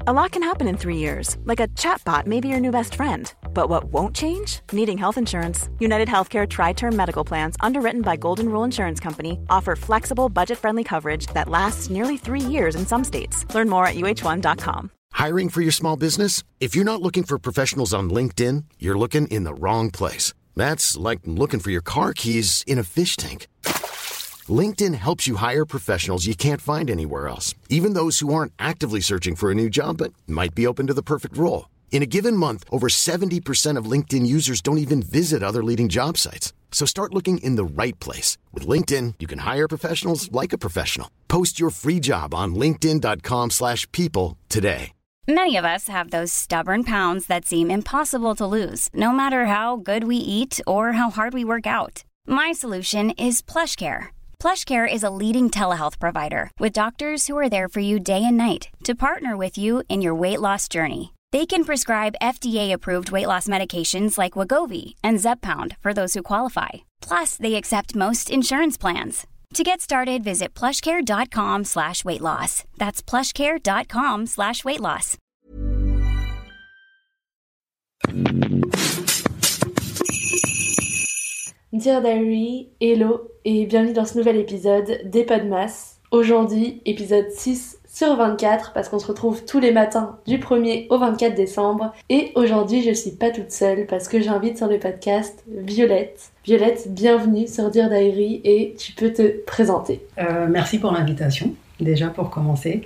A lot can happen in 3 years, like a chatbot may be your new best friend. But what won't change? Needing health insurance. United Healthcare Tri-Term Medical Plans, underwritten by Golden Rule Insurance Company, offer flexible, budget-friendly coverage that lasts nearly 3 years in some states. Learn more at uh1.com. Hiring for your small business? If you're not looking for professionals on LinkedIn, you're looking in the wrong place. That's like looking for your car keys in a fish tank. LinkedIn helps you hire professionals you can't find anywhere else, even those who aren't actively searching for a new job but might be open to the perfect role. In a given month, over 70% of LinkedIn users don't even visit other leading job sites. So start looking in the right place. With LinkedIn, you can hire professionals like a professional. Post your free job on linkedin.com/people today. Many of us have those stubborn pounds that seem impossible to lose, no matter how good we eat or how hard we work out. My solution is PlushCare. PlushCare is a leading telehealth provider with doctors who are there for you day and night to partner with you in your weight loss journey. They can prescribe FDA-approved weight loss medications like Wegovy and Zepbound for those who qualify. Plus, they accept most insurance plans. To get started, visit plushcare.com/weightloss. That's plushcare.com/weightloss. Dear Diary, hello et bienvenue dans ce nouvel épisode des Podmas. Aujourd'hui, épisode 6 sur 24 parce qu'on se retrouve tous les matins du 1er au 24 décembre. Et aujourd'hui, je suis pas toute seule parce que j'invite sur le podcast Violette. Violette, bienvenue sur Dear Diary et tu peux te présenter. Merci pour l'invitation, déjà pour commencer.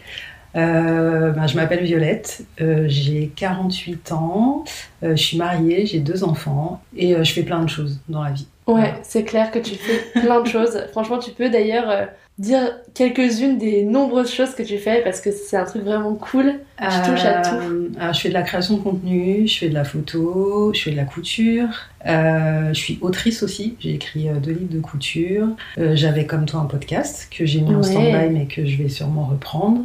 Je m'appelle Violette, j'ai 48 ans, je suis mariée, j'ai 2 enfants et je fais plein de choses dans la vie. Ouais, voilà. C'est clair que tu fais plein de choses. Franchement, tu peux d'ailleurs dire quelques-unes des nombreuses choses que tu fais parce que c'est un truc vraiment cool. Tu touches à tout. Je fais de la création de contenu, je fais de la photo, je fais de la couture. Je suis autrice aussi, j'ai écrit 2 livres de couture. J'avais comme toi un podcast que j'ai mis en stand-by mais que je vais sûrement reprendre.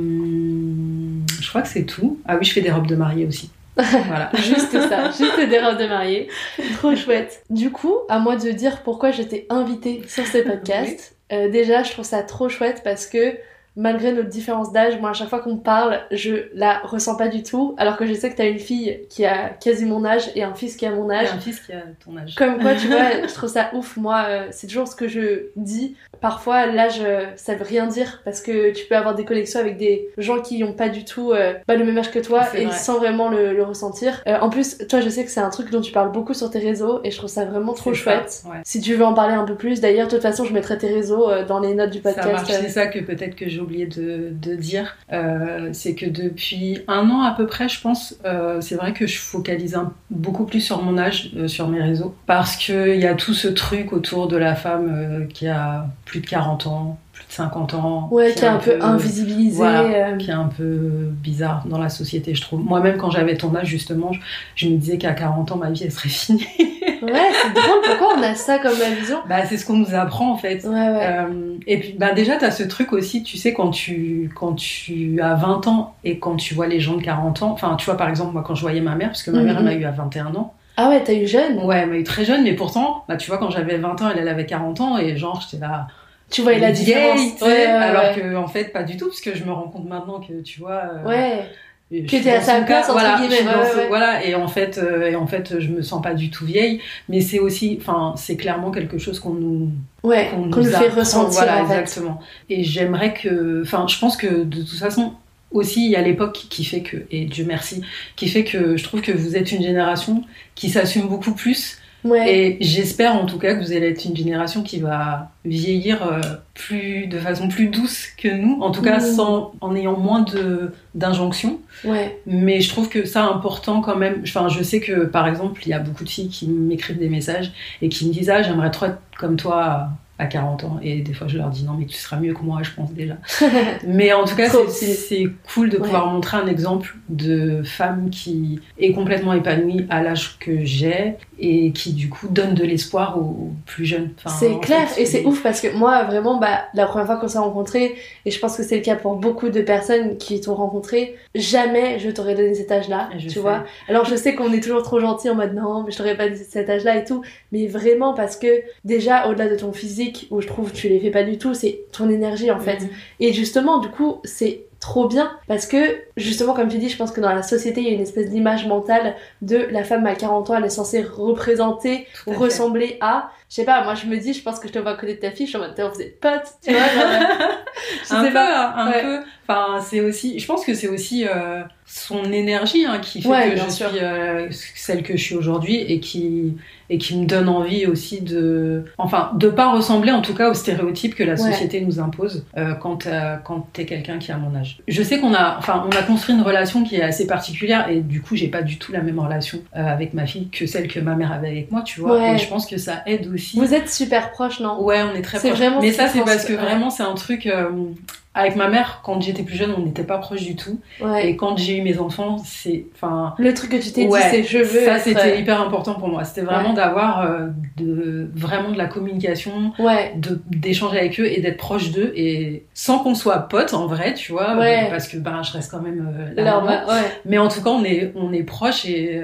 Je crois que c'est tout. Ah oui, je fais des robes de mariée aussi. Voilà. Juste ça, juste des robes de mariée. Trop chouette. Du coup, à moi de dire pourquoi je t'ai invitée sur ce podcast. Déjà, je trouve ça trop chouette parce que malgré notre différence d'âge, moi à chaque fois qu'on parle, je la ressens pas du tout, alors que je sais que t'as une fille qui a quasi mon âge et un fils qui a mon âge. Et un fils qui a ton âge. Comme quoi, tu vois, je trouve ça ouf. Moi, c'est toujours ce que je dis. Parfois, l'âge, ça veut rien dire parce que tu peux avoir des connexions avec des gens qui ont pas du tout le même âge que toi et sans vraiment le ressentir. En plus, toi, je sais que c'est un truc dont tu parles beaucoup sur tes réseaux et je trouve ça vraiment trop chouette. Ouais. Si tu veux en parler un peu plus, d'ailleurs, de toute façon, je mettrai tes réseaux dans les notes du podcast. Ça marche, c'est ça que peut-être que j'ai oublié de dire. C'est que depuis 1 an à peu près, je pense, c'est vrai que je focalise beaucoup plus sur mon âge sur mes réseaux parce qu'il y a tout ce truc autour de la femme qui a plus de 40 ans, plus de 50 ans. Ouais, qui est un peu invisibilisé. Voilà, qui est un peu bizarre dans la société, je trouve. Moi-même, quand j'avais ton âge, justement, je me disais qu'à 40 ans, ma vie, elle serait finie. Ouais, c'est drôle. Pourquoi on a ça comme vision ? C'est ce qu'on nous apprend, en fait. Ouais. Et puis, déjà, t'as ce truc aussi, tu sais, quand tu as 20 ans et quand tu vois les gens de 40 ans... Enfin, tu vois, par exemple, moi, quand je voyais ma mère, parce que ma mère, elle m'a eu à 21 ans. Ah ouais, t'as eu jeune ? Ouais, elle m'a eu très jeune, mais pourtant, tu vois, quand j'avais 20 ans, elle avait 40 ans, et genre, j'étais là... Tu voyais la différence. Alors que, en fait, pas du tout, parce que je me rends compte maintenant que, tu vois... que t'es à sa place, entre guillemets. Voilà, et en fait, je me sens pas du tout vieille, mais c'est aussi... Enfin, c'est clairement quelque chose qu'on nous... qu'on nous fait ressentir, voilà, en fait. Exactement. Et j'aimerais que... Enfin, je pense que, de toute façon... Aussi, il y a l'époque qui fait que, et Dieu merci, qui fait que je trouve que vous êtes une génération qui s'assume beaucoup plus. Ouais. Et j'espère en tout cas que vous allez être une génération qui va vieillir de façon plus douce que nous, en tout cas en ayant moins d'injonctions. Ouais. Mais je trouve que ça important quand même. Enfin, je sais que par exemple, il y a beaucoup de filles qui m'écrivent des messages et qui me disent « Ah, j'aimerais trop être comme toi ». À 40 ans, et des fois je leur dis non mais tu seras mieux que moi, je pense déjà. Mais en tout cas c'est cool de pouvoir montrer un exemple de femme qui est complètement épanouie à l'âge que j'ai et qui du coup donne de l'espoir aux plus jeunes. Enfin, c'est clair, et c'est ouf parce que moi vraiment la première fois qu'on s'est rencontrés, et je pense que c'est le cas pour beaucoup de personnes qui t'ont rencontré, jamais je t'aurais donné cet âge-là, tu vois. Alors je sais qu'on est toujours trop gentils en mode non mais je t'aurais pas donné cet âge-là et tout, mais vraiment parce que déjà au-delà de ton physique où je trouve que tu les fais pas du tout, c'est ton énergie en fait. Et justement du coup c'est trop bien parce que justement comme tu dis, je pense que dans la société il y a une espèce d'image mentale de la femme à 40 ans, elle est censée représenter ou ressembler à, je sais pas, moi je me dis, je pense que je te vois à côté de ta fille, je suis en mode vous êtes potes, tu vois, genre, un peu, enfin c'est aussi, je pense que c'est aussi son énergie qui fait que je suis celle que je suis aujourd'hui et qui me donne envie aussi de pas ressembler en tout cas aux stéréotypes que la société nous impose quand t'es quelqu'un qui a mon âge. Je sais qu'on a construit une relation qui est assez particulière et du coup j'ai pas du tout la même relation avec ma fille que celle que ma mère avait avec moi, tu vois, et je pense que ça aide aussi. Vous êtes super proches, non? Ouais, on est très proches. Mais ça c'est parce que vraiment c'est un truc avec ma mère, quand j'étais plus jeune, on n'était pas proches du tout. Ouais. Et quand j'ai eu mes enfants, le truc que tu t'es dit, c'est je veux. Ça, c'était hyper important pour moi. C'était vraiment d'avoir vraiment de la communication, d'échanger avec eux et d'être proche d'eux, et sans qu'on soit potes en vrai, tu vois, parce que je reste quand même la maman. Mais en tout cas, on est proches et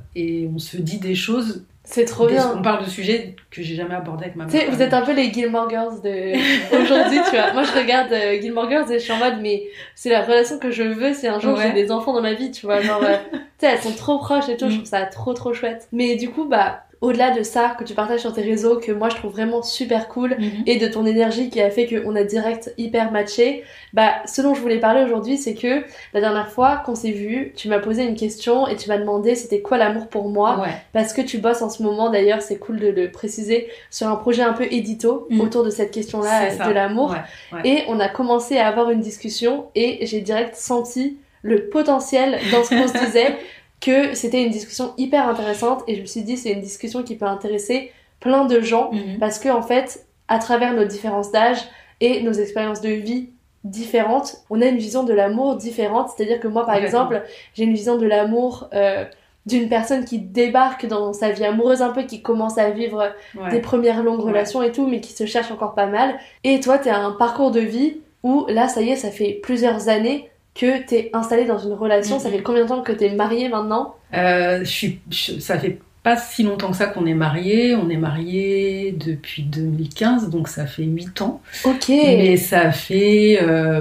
on se dit des choses. C'est trop bien. On parle de sujets que j'ai jamais abordés avec ma mère. Tu sais, vous êtes un peu les Gilmore Girls aujourd'hui, tu vois. Moi, je regarde Gilmore Girls et je suis en mode, mais c'est la relation que je veux, c'est un jour j'ai des enfants dans ma vie, tu vois. Genre, tu sais, elles sont trop proches et tout, je trouve ça trop trop chouette. Mais du coup, au-delà de ça que tu partages sur tes réseaux, que moi je trouve vraiment super cool, et de ton énergie qui a fait qu'on a direct hyper matché, ce dont je voulais parler aujourd'hui, c'est que la dernière fois qu'on s'est vu, tu m'as posé une question et tu m'as demandé c'était quoi l'amour pour moi, parce que tu bosses en ce moment, d'ailleurs c'est cool de le préciser, sur un projet un peu édito autour de cette question-là de l'amour, et on a commencé à avoir une discussion et j'ai direct senti le potentiel dans ce qu'on se disait, que c'était une discussion hyper intéressante, et je me suis dit c'est une discussion qui peut intéresser plein de gens, parce que en fait à travers nos différences d'âge et nos expériences de vie différentes, on a une vision de l'amour différente. C'est-à-dire que moi par exemple j'ai une vision de l'amour d'une personne qui débarque dans sa vie amoureuse un peu, qui commence à vivre des premières longues relations et tout, mais qui se cherche encore pas mal, et toi t'es un parcours de vie où là ça y est, ça fait plusieurs années que t'es installée dans une relation. Ça fait combien de temps que t'es mariée maintenant? Ça fait pas si longtemps que ça qu'on est mariés. On est mariés depuis 2015, donc ça fait 8 ans. Ok. Mais ça fait...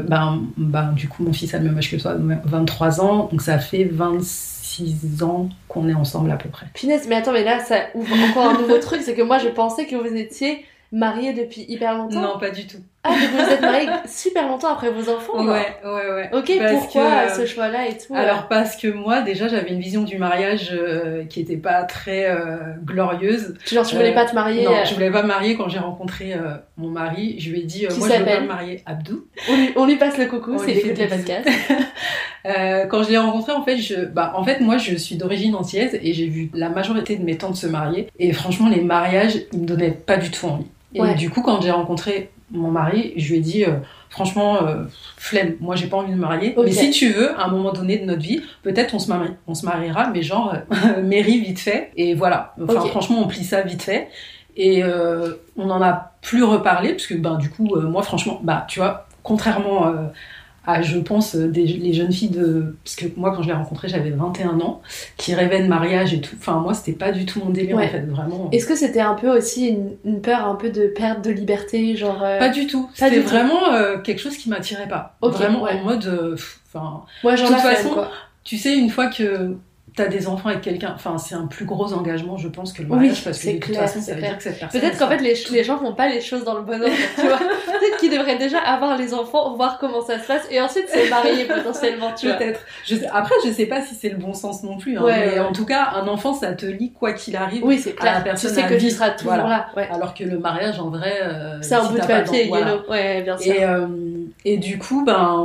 du coup, mon fils a le même âge que toi, 23 ans, donc ça fait 26 ans qu'on est ensemble à peu près. Punaise, mais attends, mais là, ça ouvre encore un nouveau truc, c'est que moi, je pensais que vous étiez mariés depuis hyper longtemps. Non, pas du tout. Ah, donc vous êtes mariés super longtemps après vos enfants? Ouais. Ok, pourquoi ce choix-là et tout? Alors, parce que moi, déjà, j'avais une vision du mariage qui était pas très glorieuse. Genre, tu voulais pas te marier? Non, je voulais pas me marier. Quand j'ai rencontré mon mari, je lui ai dit, moi, je veux pas me marier. Abdou. On lui passe le coucou, c'est écoute les podcasts. Quand je l'ai rencontré, en fait, moi, je suis d'origine antillaise et j'ai vu la majorité de mes tantes se marier. Et franchement, les mariages, ils me donnaient pas du tout envie. Et du coup, quand j'ai rencontré mon mari, je lui ai dit franchement flemme, moi j'ai pas envie de me marier, mais si tu veux à un moment donné de notre vie peut-être on se mariera, mais genre mairie vite fait, et voilà, franchement on plie ça vite fait, et on en a plus reparlé parce que du coup moi franchement tu vois, contrairement à je pense les jeunes filles parce que moi quand je l'ai rencontré j'avais 21 ans, qui rêvaient de mariage et tout, moi c'était pas du tout mon délire en fait, vraiment. Est-ce que c'était un peu aussi une peur un peu de perte de liberté, genre Pas du tout, c'était vraiment quelque chose qui m'attirait pas, vraiment en mode moi j'en ai de toute façon quoi. Tu sais, une fois que t'as des enfants avec quelqu'un, c'est un plus gros engagement je pense que le mariage, parce que de toute façon ça veut dire que cette personne, peut-être qu'en fait les gens font pas les choses dans le bon ordre, tu vois. Peut-être qu'ils devraient déjà avoir les enfants, voir comment ça se passe, et ensuite se marier potentiellement, tu vois. Peut-être. Après je sais pas si c'est le bon sens non plus, mais en tout cas un enfant ça te lie quoi qu'il arrive, c'est clair. à la personne, tu sais que tu seras toujours là, alors que le mariage en vrai c'est un bout de papier, bien sûr. Et du coup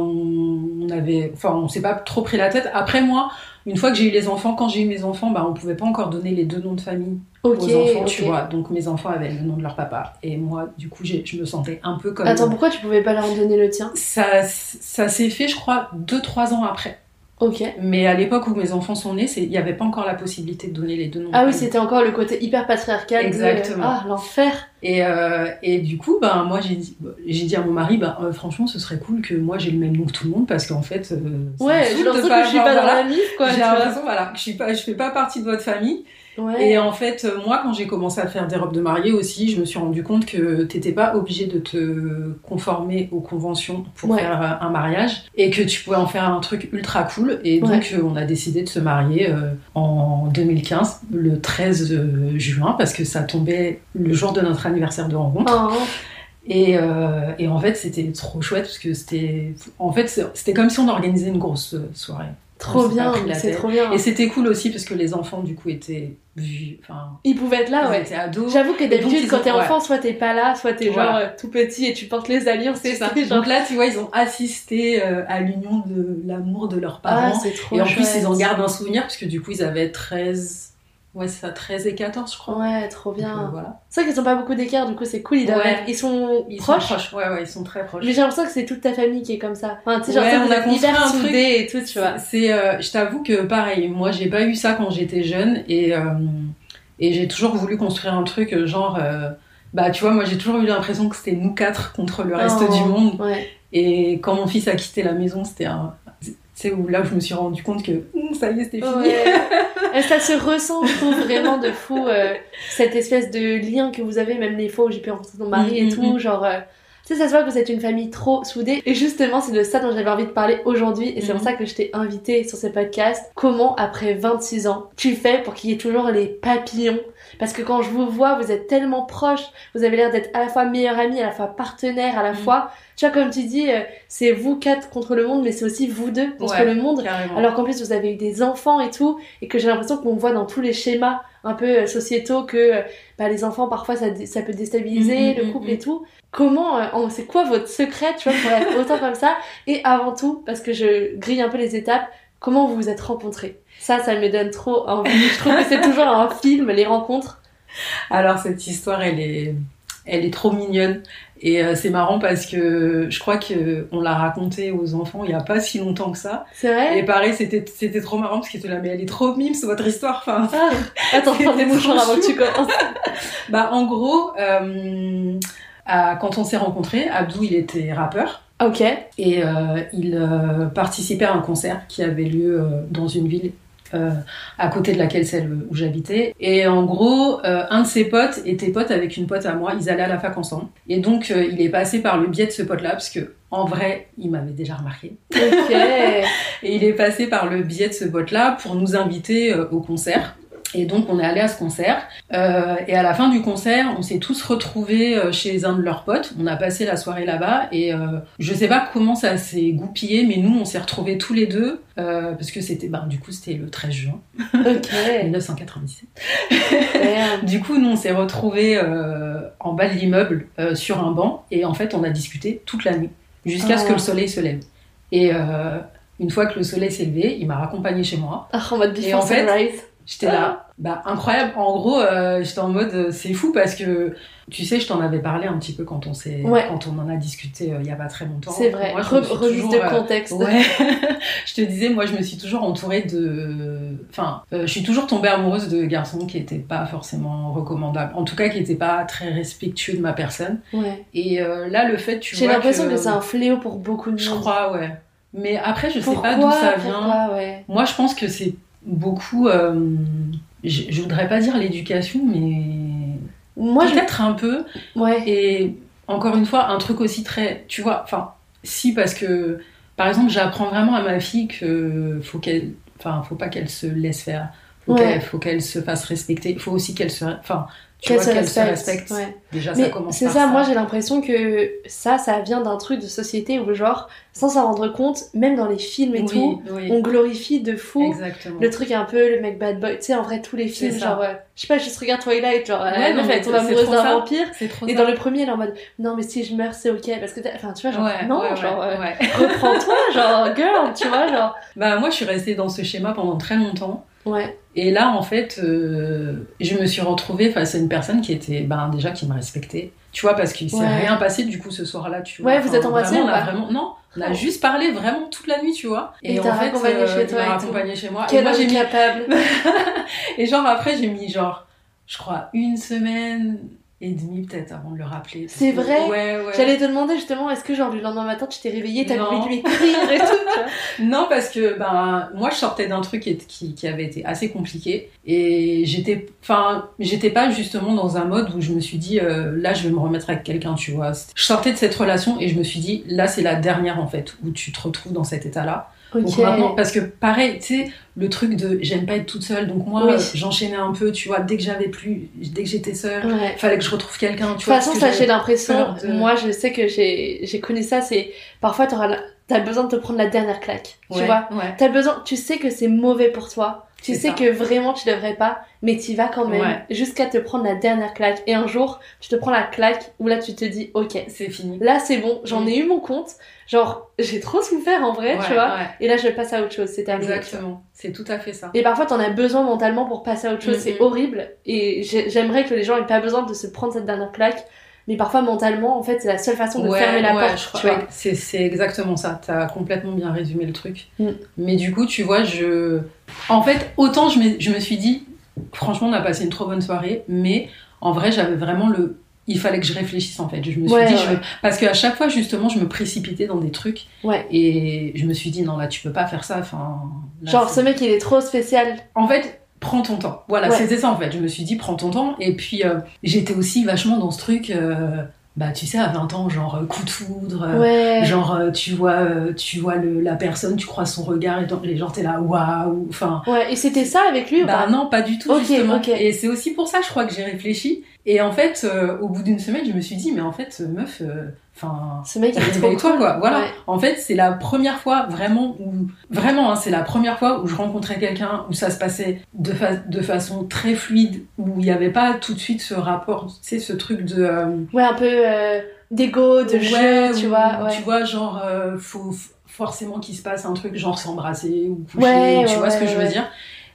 on s'est pas trop pris la tête. Après moi, une fois que j'ai eu les enfants, quand j'ai eu mes enfants, on pouvait pas encore donner les 2 noms de famille aux enfants, tu vois. Donc mes enfants avaient le nom de leur papa. Et moi, du coup, je me sentais un peu comme... Attends, pourquoi tu pouvais pas leur donner le tien? Ça s'est fait, je crois, 2-3 ans après. Ok. Mais à l'époque où mes enfants sont nés, il n'y avait pas encore la possibilité de donner les 2 noms. Ah oui, c'était encore le côté hyper patriarcal. Exactement. L'enfer. Et du coup, moi j'ai dit à mon mari, franchement, ce serait cool que moi j'ai le même nom que tout le monde, parce qu'en fait, je leur dis que je suis pas dans la mif, quoi. J'ai l'impression, que je fais pas partie de votre famille. Ouais. Et en fait, moi, quand j'ai commencé à faire des robes de mariée aussi, je me suis rendu compte que t'étais pas obligé de te conformer aux conventions pour faire un mariage et que tu pouvais en faire un truc ultra cool. Et donc, on a décidé de se marier en 2015, le 13 juin, parce que ça tombait le jour de notre anniversaire de rencontre. Oh. Et en fait, c'était trop chouette parce que c'était comme si on organisait une grosse soirée. Trop bien, c'est trop bien. Et c'était cool aussi parce que les enfants du coup étaient ils pouvaient être là, ils étaient ados. J'avoue que d'habitude quand t'es enfant, soit t'es pas là, soit t'es genre tout petit et tu portes les alliances. C'est ça. Genre... Donc là, tu vois, ils ont assisté à l'union de l'amour de leurs parents. C'est trop et en chouette. plus, ils en gardent un souvenir parce que du coup, ils avaient 13 et 14, je crois. Ouais, trop bien. Donc, voilà. C'est vrai qu'ils ont pas beaucoup d'écart, du coup, c'est cool. Ils sont proches. Ouais, ils sont très proches. Mais j'ai l'impression que c'est toute ta famille qui est comme ça. Enfin, tu sais, genre, on a construit hyper un truc soudés et tout, tu vois. Je t'avoue que pareil, moi, j'ai pas eu ça quand j'étais jeune et j'ai toujours voulu construire un truc genre. Tu vois, moi, j'ai toujours eu l'impression que c'était nous 4 contre le reste du monde. Ouais. Et quand mon fils a quitté la maison, c'était c'est où là où je me suis rendu compte que ça y est, c'était fini. Et ça se ressent, je trouve, vraiment de fou, cette espèce de lien que vous avez, même les fois où j'ai pu rencontrer ton mari et tout, genre... Tu sais, ça se voit que vous êtes une famille trop soudée. Et justement, c'est de ça dont j'avais envie de parler aujourd'hui. Et c'est pour ça que je t'ai invitée sur ce podcast. Comment, après 26 ans, tu fais pour qu'il y ait toujours les papillons? Parce que quand je vous vois, vous êtes tellement proches. Vous avez l'air d'être à la fois meilleure amie, à la fois partenaire, à la fois... Tu vois, comme tu dis, c'est vous 4 contre le monde, mais c'est aussi vous 2 contre le monde. Carrément. Alors qu'en plus, vous avez eu des enfants et tout. Et que j'ai l'impression qu'on voit dans tous les schémas un peu sociétaux que les enfants, parfois, ça peut déstabiliser le couple et tout. Comment, c'est quoi votre secret, tu vois, pour être autant comme ça? Et avant tout, parce que je grille un peu les étapes, comment vous vous êtes rencontrés? Ça me donne trop envie. Je trouve que c'est toujours un film, les rencontres. Alors, cette histoire, elle est trop mignonne. Et c'est marrant parce que je crois qu'on l'a raconté aux enfants il y a pas si longtemps que ça. C'est vrai? Et pareil, c'était trop marrant parce qu'ils étaient là, mais elle est trop mimes, votre histoire. Enfin, attends, prends des mouchoirs avant que tu commences. En gros, quand on s'est rencontrés, Abdou, il était rappeur. Ok. Et il participait à un concert qui avait lieu dans une ville à côté de laquelle celle où j'habitais. Et en gros, un de ses potes était pote avec une pote à moi. Ils allaient à la fac ensemble. Et donc, il est passé par le biais de ce pote-là, parce que en vrai, il m'avait déjà remarqué. Ok. Et il est passé par le biais de ce pote-là pour nous inviter au concert. Et donc, on est allé à ce concert. Et à la fin du concert, on s'est tous retrouvés chez un de leurs potes. On a passé la soirée là-bas. Et je sais pas comment ça s'est goupillé, mais nous, on s'est retrouvés tous les deux. Parce que c'était le 13 juin. Ok. 1997. Du coup, nous, on s'est retrouvés en bas de l'immeuble, sur un banc. Et en fait, on a discuté toute la nuit. Jusqu'à ce que le soleil se lève. Et une fois que le soleil s'est levé, il m'a raccompagnée chez moi. En mode before sunrise. J'étais là, incroyable. En gros, j'étais en mode, c'est fou parce que, tu sais, je t'en avais parlé un petit peu quand on en a discuté il y a pas très longtemps. C'est vrai, moi, remise de contexte. Je te disais, moi, je me suis toujours entourée je suis toujours tombée amoureuse de garçons qui étaient pas forcément recommandables. En tout cas, qui étaient pas très respectueux de ma personne. Ouais. Et là, le fait, J'ai l'impression que c'est un fléau pour beaucoup de monde. Je crois, ouais. Mais après, je sais pas d'où ça vient. Ouais. Moi, je pense que c'est beaucoup, je voudrais pas dire l'éducation, mais moi peut-être un peu. Ouais. Et encore une fois, un truc aussi très, tu vois, parce que par exemple, j'apprends vraiment à ma fille que faut pas qu'elle se laisse faire, faut qu'elle se fasse respecter, il faut aussi qu'elle se respecte. Ouais. Déjà, mais ça commence c'est par ça. Moi, j'ai l'impression que ça vient d'un truc de société où, genre, sans s'en rendre compte, même dans les films et tout, on glorifie de fou. Exactement. Le truc un peu, le mec bad boy. Tu sais, en vrai, tous les films, genre, je sais pas, juste regarde Twilight, genre, la meuf, elle tombe amoureuse d'un vampire. Et dans le premier, elle est en mode, non, mais si je meurs, c'est ok. Parce que, tu vois, genre, reprends-toi, genre, girl, tu vois, genre. Moi, je suis restée dans ce schéma pendant très longtemps. Ouais. Et là, en fait, je me suis retrouvée face à une personne qui était, déjà, qui me respectait. Tu vois, parce qu'il s'est rien passé, du coup, ce soir-là, tu vois. Ouais, vous êtes embrassés ou pas ? On a juste parlé vraiment toute la nuit, tu vois. Et en fait, il m'a raccompagné chez moi. Quel homme capable. Et genre, après, j'ai mis, je crois, 1 semaine 2h30 peut-être avant de le rappeler. C'est vrai? Ouais. J'allais te demander justement, est-ce que genre le lendemain matin tu t'es réveillée, t'avais envie de lui écrire et tout? Non, parce que moi je sortais d'un truc qui avait été assez compliqué et j'étais pas justement dans un mode où je me suis dit là je vais me remettre avec quelqu'un, tu vois. Je sortais de cette relation et je me suis dit là c'est la dernière en fait où tu te retrouves dans cet état-là. Okay. Donc maintenant, parce que pareil, tu sais, le truc de j'aime pas être toute seule, donc moi j'enchaînais un peu, tu vois, dès que j'étais seule, fallait que je retrouve quelqu'un, tu vois. De toute façon, ça j'ai l'impression, moi je sais que j'ai connu ça, c'est parfois t'as besoin de te prendre la dernière claque, tu vois. T'as besoin, tu sais que c'est mauvais pour toi. Tu sais que vraiment tu devrais pas, mais t'y vas quand même jusqu'à te prendre la dernière claque. Et un jour, tu te prends la claque où là tu te dis ok, c'est fini. Là c'est bon, j'en ai eu mon compte. Genre, j'ai trop souffert en vrai, tu vois. Et là je passe à autre chose, c'est terminé. Exactement, c'est tout à fait ça. Et parfois t'en as besoin mentalement pour passer à autre chose, c'est horrible. Et j'aimerais que les gens aient pas besoin de se prendre cette dernière claque. Mais parfois mentalement en fait c'est la seule façon de fermer la porte, je crois, tu vois. C'est exactement ça, t'as complètement bien résumé le truc. Mais du coup tu vois en fait autant je me suis dit franchement on a passé une trop bonne soirée, mais en vrai j'avais vraiment il fallait que je réfléchisse en fait. Je me suis dit parce qu'à chaque fois justement je me précipitais dans des trucs et je me suis dit non là tu peux pas faire ça, là, genre ce mec il est trop spécial en fait. Prends ton temps. Voilà, c'était ça en fait. Je me suis dit, prends ton temps. Et puis, j'étais aussi vachement dans ce truc, tu sais, à 20 ans, genre coup de foudre. Genre, tu vois la personne, tu croises son regard et genre, t'es là, waouh. Enfin. Ouais, et c'était ça avec lui ou pas? Non, pas du tout, justement. Et c'est aussi pour ça, je crois, que j'ai réfléchi. Et en fait, au bout d'une semaine, je me suis dit, mais en fait, meuf, ce mec il est trop toi cool. Quoi. Voilà. En fait, c'est la première fois c'est la première fois où je rencontrais quelqu'un où ça se passait de façon très fluide, où il y avait pas tout de suite ce rapport, tu sais, ce truc de un peu d'ego, de jeu, tu vois. Tu vois, genre faut forcément qu'il se passe un truc genre s'embrasser ou coucher, tu vois ce que je veux dire.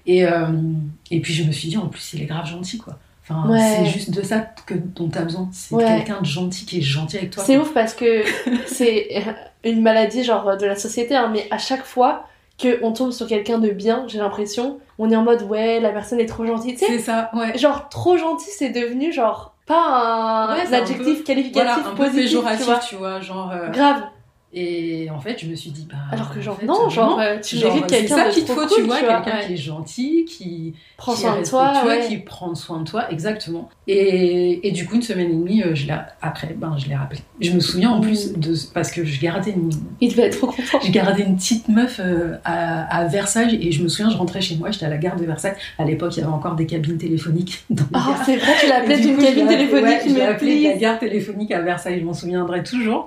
Et puis je me suis dit en plus il est grave gentil quoi. C'est juste de ça dont t'as besoin. C'est quelqu'un de gentil qui est gentil avec toi. C'est ouf parce que c'est une maladie genre de la société, hein, mais à chaque fois qu'on tombe sur quelqu'un de bien, j'ai l'impression, on est en mode la personne est trop gentille. Tu sais, c'est ça, genre trop gentil, c'est devenu genre pas un adjectif qualificatif un positif, peu péjoratif, tu vois, genre grave. Et en fait, je me suis dit, alors que genre, en fait, non, genre, tu mérites quelqu'un de trop cool, c'est ça qu'il te faut, tu vois, quelqu'un qui est gentil, qui prend soin de toi, qui prend soin de toi, exactement. Et du coup, une semaine et demie, je l'ai rappelé. Je me souviens en plus parce que je gardais il devait être trop content. Je gardais une petite meuf à Versailles et je me souviens, je rentrais chez moi, j'étais à la gare de Versailles. À l'époque, il y avait encore des cabines téléphoniques dans les gares. C'est vrai, tu l'appelais d'une cabine téléphonique, je l'ai appelée la gare téléphonique à Versailles, je m'en souviendrai toujours.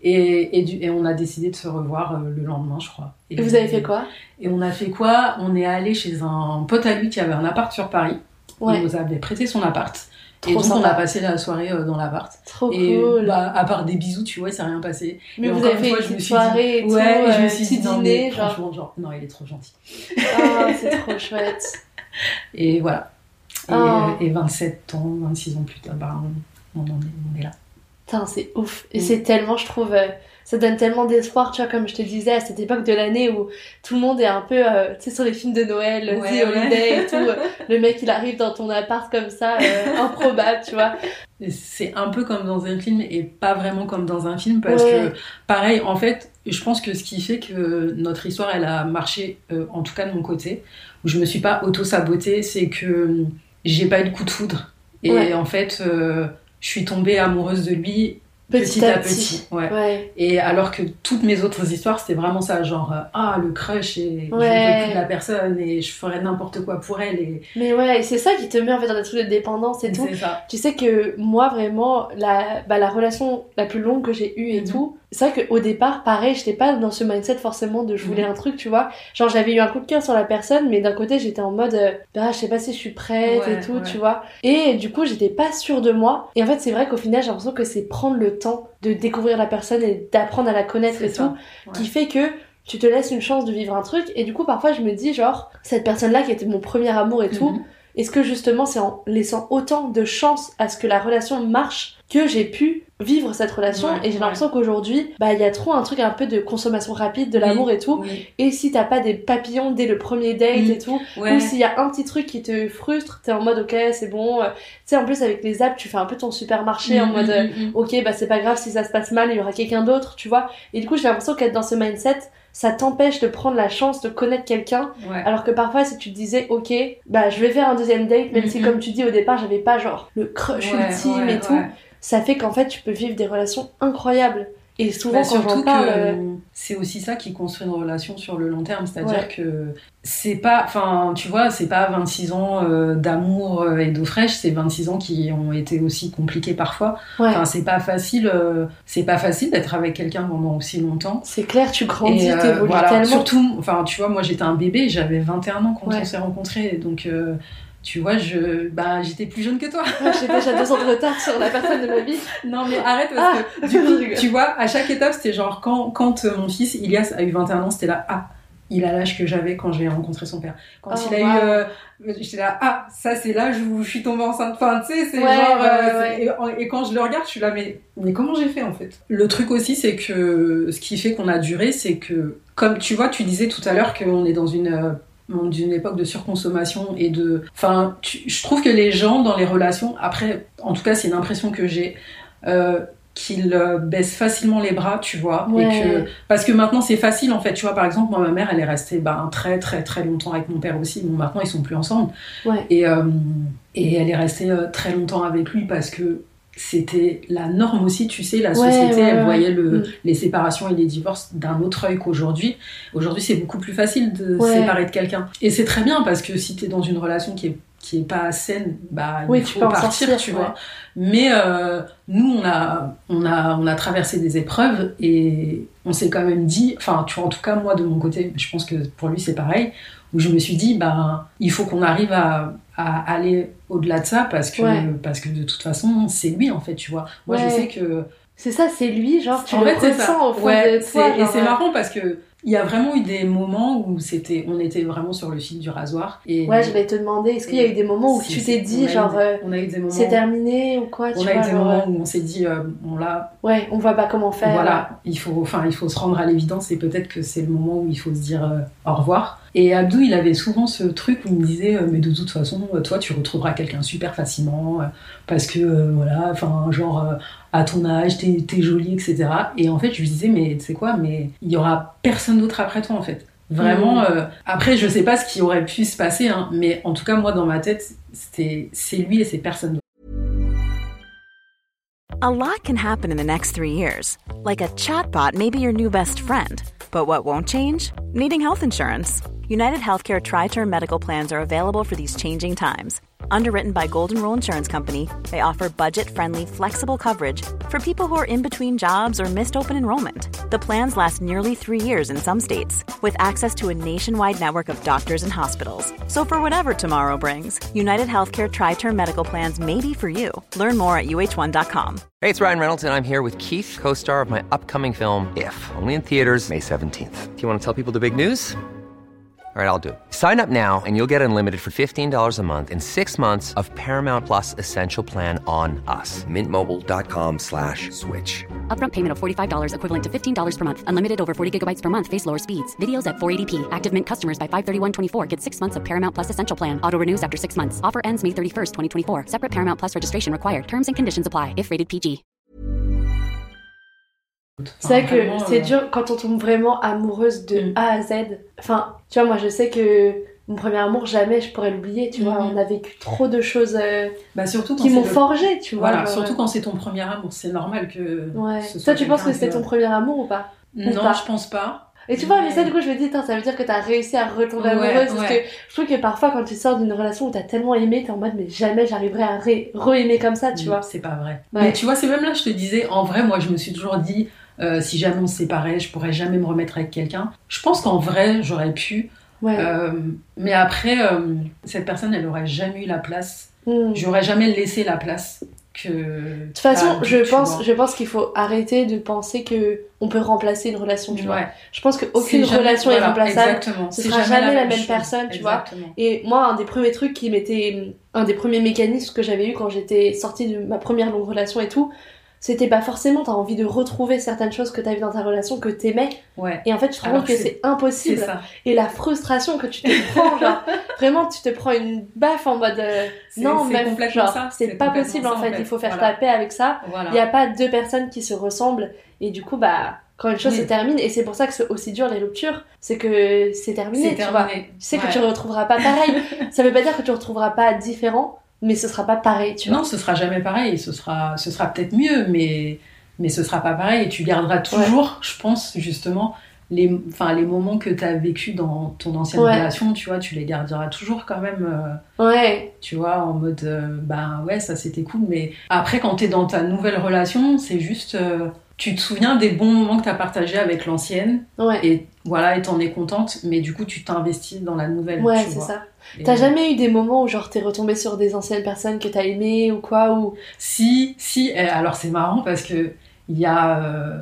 Et on a décidé de se revoir le lendemain, je crois. Et vous avez fait quoi? Et on a fait quoi? On est allé chez un pote à lui qui avait un appart sur Paris. Il nous avait prêté son appart. Trop et donc sympa. On a passé la soirée dans l'appart. Trop cool. À part des bisous, tu vois, il s'est rien passé. Mais vous avez fait une soirée et tout, je me suis dit, dîner, genre... franchement, genre, non, il est trop gentil. C'est trop chouette. Et voilà. Et 27 ans, 26 ans plus tard, on est là. Putain, c'est ouf. Et c'est tellement, je trouve, ça donne tellement d'espoir, tu vois, comme je te disais, à cette époque de l'année où tout le monde est un peu, tu sais, sur les films de Noël, The Holiday et tout, le mec il arrive dans ton appart comme ça, improbable, tu vois. C'est un peu comme dans un film et pas vraiment comme dans un film parce que, pareil, en fait, je pense que ce qui fait que notre histoire, elle a marché, en tout cas de mon côté, où je me suis pas auto-sabotée, c'est que j'ai pas eu de coup de foudre. Et en fait... je suis tombée amoureuse de lui petit à petit. Et alors que toutes mes autres histoires, c'était vraiment ça, genre le crush et je ne veux plus de la personne et je ferais n'importe quoi pour elle. Mais et c'est ça qui te met en fait dans des trucs de dépendance et tout. C'est ça. Tu sais que moi vraiment, la relation la plus longue que j'ai eue et tout, c'est vrai qu'au départ, pareil, j'étais pas dans ce mindset forcément de je voulais un truc, tu vois. Genre j'avais eu un coup de cœur sur la personne, mais d'un côté j'étais en mode je sais pas si je suis prête et tout, tu vois. Et du coup j'étais pas sûre de moi. Et en fait c'est vrai qu'au final j'ai l'impression que c'est prendre le temps de découvrir la personne et d'apprendre à la connaître qui fait que tu te laisses une chance de vivre un truc. Et du coup parfois je me dis genre cette personne là qui était mon premier amour et tout, est-ce que justement c'est en laissant autant de chance à ce que la relation marche que j'ai pu vivre cette relation, et j'ai l'impression qu'aujourd'hui il y a trop un truc un peu de consommation rapide de l'amour et tout, et si t'as pas des papillons dès le premier date et tout, ou s'il y a un petit truc qui te frustre, t'es en mode ok c'est bon, tu sais en plus avec les apps tu fais un peu ton supermarché en mode ok c'est pas grave si ça se passe mal, il y aura quelqu'un d'autre, tu vois, et du coup j'ai l'impression qu'être dans ce mindset ça t'empêche de prendre la chance de connaître quelqu'un, alors que parfois si tu te disais ok je vais faire un deuxième date, même si comme tu dis au départ j'avais pas genre le crush ultime et tout, ça fait qu'en fait tu peux vivre des relations incroyables. Et souvent quand j'en parle c'est aussi ça qui construit une relation sur le long terme, c'est-à-dire que c'est pas, enfin tu vois, c'est pas 26 ans d'amour et d'eau fraîche, c'est 26 ans qui ont été aussi compliqués parfois. Enfin c'est pas facile d'être avec quelqu'un pendant aussi longtemps. C'est clair, tu grandis, t'évolues tellement. Surtout, enfin tu vois, moi j'étais un bébé, j'avais 21 ans quand on s'est rencontrés, donc tu vois, j'étais plus jeune que toi. J'ai déjà 2 ans de retard sur la personne de ma vie. Non, mais arrête, parce que du coup, tu vois, à chaque étape, c'était genre, quand mon fils, Ilias, a eu 21 ans, c'était là, il a l'âge que j'avais quand j'ai rencontré son père. Quand il a eu... j'étais là, ça, c'est l'âge où je suis tombée enceinte. Enfin, tu sais, c'est Et quand je le regarde, je suis là, mais comment j'ai fait, en fait? Le truc aussi, c'est que ce qui fait qu'on a duré, c'est que, comme tu vois, tu disais tout à l'heure qu'on est dans une époque de surconsommation et de... Enfin, je trouve que les gens dans les relations, après, en tout cas c'est une impression que j'ai, qu'ils baissent facilement les bras, tu vois, et que... Parce que maintenant c'est facile en fait, tu vois, par exemple, moi ma mère elle est restée très très très longtemps avec mon père aussi, bon maintenant ils sont plus ensemble, et elle est restée très longtemps avec lui parce que c'était la norme aussi, tu sais, la société, elle voyait les séparations et les divorces d'un autre œil qu'aujourd'hui. Aujourd'hui, c'est beaucoup plus facile de se séparer de quelqu'un. Et c'est très bien, parce que si t'es dans une relation qui est pas saine, il faut partir, tu vois. Mais nous, on a traversé des épreuves et on s'est quand même dit, enfin, tu vois, en tout cas, moi, de mon côté, je pense que pour lui, c'est pareil, où je me suis dit, il faut qu'on arrive à aller au-delà de ça parce que de toute façon c'est lui en fait, tu vois. Moi je sais que c'est ça, c'est lui, genre tu le ressens au fond de toi, et c'est marrant parce que il y a vraiment eu des moments où on était vraiment sur le fil du rasoir. Et je vais te demander, est-ce qu'il y a eu des moments où tu t'es dit on a eu des moments c'est terminé ou quoi, on a eu des moments où on s'est dit on voit pas comment faire. Voilà, il faut se rendre à l'évidence et peut-être que c'est le moment où il faut se dire au revoir. Et Abdou, il avait souvent ce truc où il me disait mais de toute façon, toi tu retrouveras quelqu'un super facilement parce que à ton âge, t'es jolie, etc. Et en fait, je lui disais, mais tu sais quoi, mais il y aura personne d'autre après toi, en fait. Vraiment, après, je sais pas ce qui aurait pu se passer, hein, mais en tout cas, moi, dans ma tête, c'est lui et c'est personne d'autre. A lot can happen in the next 3 years. Like a chatbot may be your new best friend. But what won't change? Needing health insurance. United Healthcare Tri-Term Medical Plans are available for these changing times. Underwritten by Golden Rule Insurance Company, they offer budget-friendly, flexible coverage for people who are in between jobs or missed open enrollment. The plans last nearly 3 years in some states, with access to a nationwide network of doctors and hospitals. So for whatever tomorrow brings, United Healthcare Tri-Term Medical Plans may be for you. Learn more at uh1.com. Hey, it's Ryan Reynolds, and I'm here with Keith, co-star of my upcoming film, If, only in theaters May 17th. Do you want to tell people the big news? All right, I'll do it. Sign up now and you'll get unlimited for $15 a month and 6 months of Paramount Plus Essential Plan on us. MintMobile.com/switch. Upfront payment of $45 equivalent to $15 per month. Unlimited over 40 gigabytes per month. Face lower speeds. Videos at 480p. Active Mint customers by 531.24 get 6 months of Paramount Plus Essential Plan. Auto renews after 6 months. Offer ends May 31st, 2024. Separate Paramount Plus registration required. Terms and conditions apply if rated PG. C'est vrai que c'est dur quand on tombe vraiment amoureuse de A à Z. Enfin, tu vois, moi je sais que mon premier amour, jamais je pourrais l'oublier, tu vois. On a vécu trop de choses surtout qui m'ont forgé, tu vois. Voilà, surtout quand c'est ton premier amour, c'est normal que ce soit. Toi, tu penses que c'était ton premier amour ou pas? Non, je pense pas. Et tu vois, mais ça, du coup, je me dis, ça veut dire que t'as réussi à retomber amoureuse. Parce que je trouve que parfois, quand tu sors d'une relation où t'as tellement aimé, t'es en mode, mais jamais j'arriverai à re-aimer comme ça, tu vois. C'est pas vrai. Mais tu vois, c'est même là, je te disais, en vrai, moi, je me suis toujours dit, si jamais on se séparait, je pourrais jamais me remettre avec quelqu'un. Je pense qu'en vrai, j'aurais pu. Mais après, cette personne, elle aurait jamais eu la place. J'aurais jamais laissé la place que... De toute façon, je pense qu'il faut arrêter de penser que on peut remplacer une relation, tu vois. Je pense qu'aucune relation est remplaçable. Exactement. Ce sera jamais la même personne, tu vois. Et moi, un des premiers trucs un des premiers mécanismes que j'avais eu quand j'étais sortie de ma première longue relation et tout, c'était pas forcément t'as envie de retrouver certaines choses que t'as vues dans ta relation que t'aimais. Ouais. Et en fait, tu te rends compte que c'est impossible. C'est ça. Et la frustration que tu te prends, genre, vraiment, tu te prends une baffe en mode non, meuf, genre, c'est pas possible en fait. Il faut faire ta paix avec ça. Il y a pas deux personnes qui se ressemblent. Et du coup, bah, quand une chose se termine, et c'est pour ça que c'est aussi dur les ruptures, c'est que c'est terminé, tu vois. Tu sais que tu retrouveras pas pareil. Ça veut pas dire que tu retrouveras pas différent, mais ce sera pas pareil, tu vois. Non, ce sera jamais pareil. Ce sera peut-être mieux, mais ce sera pas pareil. Et tu garderas toujours, je pense, justement, les moments que t'as vécu dans ton ancienne relation, tu vois, tu les garderas toujours quand même. Tu vois, en mode, ça c'était cool. Mais après, quand t'es dans ta nouvelle relation, c'est juste... tu te souviens des bons moments que t'as partagés avec l'ancienne, et voilà, et t'en es contente, mais du coup tu t'investis dans la nouvelle. Ouais, tu c'est vois. ça. Et t'as jamais eu des moments où genre t'es retombée sur des anciennes personnes que t'as aimées ou quoi ou... Si, alors c'est marrant parce que il y a...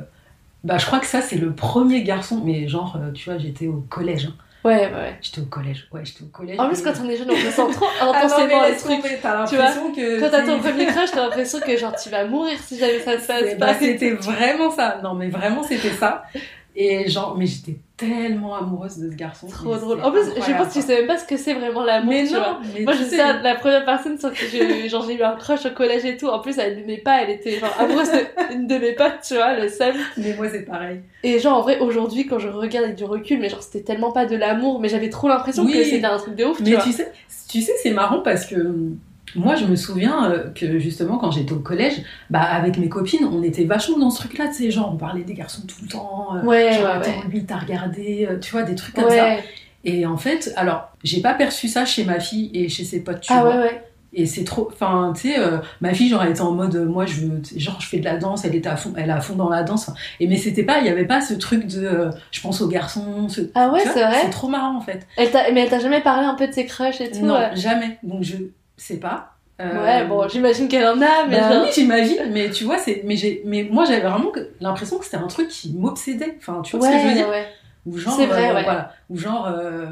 je crois que ça c'est le premier garçon, mais genre, tu vois, j'étais au collège. Ouais. J'étais au collège. En plus, quand on est jeune, on ressent trop intensément les trucs. T'as tu vois, que... Quand t'as ton premier crush, t'as l'impression que genre tu vas mourir si jamais ça se passe pas. C'était vraiment ça. Non, mais vraiment, c'était ça. Et genre, mais j'étais tellement amoureuse de ce garçon. Trop drôle. En plus, je pense que tu sais même pas ce que c'est vraiment l'amour, mais tu non, vois. Mais moi, je sais la première personne sur qui j'ai eu un crush au collège et tout. En plus, elle m'aimait pas, elle était genre amoureuse d'une de mes potes, tu vois, le seum. Mais moi, c'est pareil. Et genre, en vrai, aujourd'hui, quand je regarde avec du recul, mais genre, c'était tellement pas de l'amour, mais j'avais trop l'impression que c'était un truc de ouf, tu vois. Mais tu sais, c'est marrant parce que... Moi, je me souviens que justement, quand j'étais au collège, avec mes copines, on était vachement dans ce truc-là, tu sais, genre, on parlait des garçons tout le temps. Lui, t'as regardé, tu vois, des trucs comme ça. Et en fait, alors, j'ai pas perçu ça chez ma fille et chez ses potes, tu vois. Et c'est trop... Enfin, tu sais, ma fille, genre, elle était en mode, moi, je fais de la danse, elle est à fond dans la danse. Et mais c'était pas... Il y avait pas ce truc de... je pense aux garçons... Ah ouais, c'est vrai. C'est trop marrant, en fait. Mais elle t'a jamais parlé un peu de ses crushs et tout? Non, jamais. Donc, je sais pas. J'imagine qu'elle en a, mais oui, j'imagine, mais tu vois, mais moi j'avais vraiment l'impression que c'était un truc qui m'obsédait. Enfin, tu vois ce que je veux dire? Ou genre, c'est vrai, voilà. Ou genre.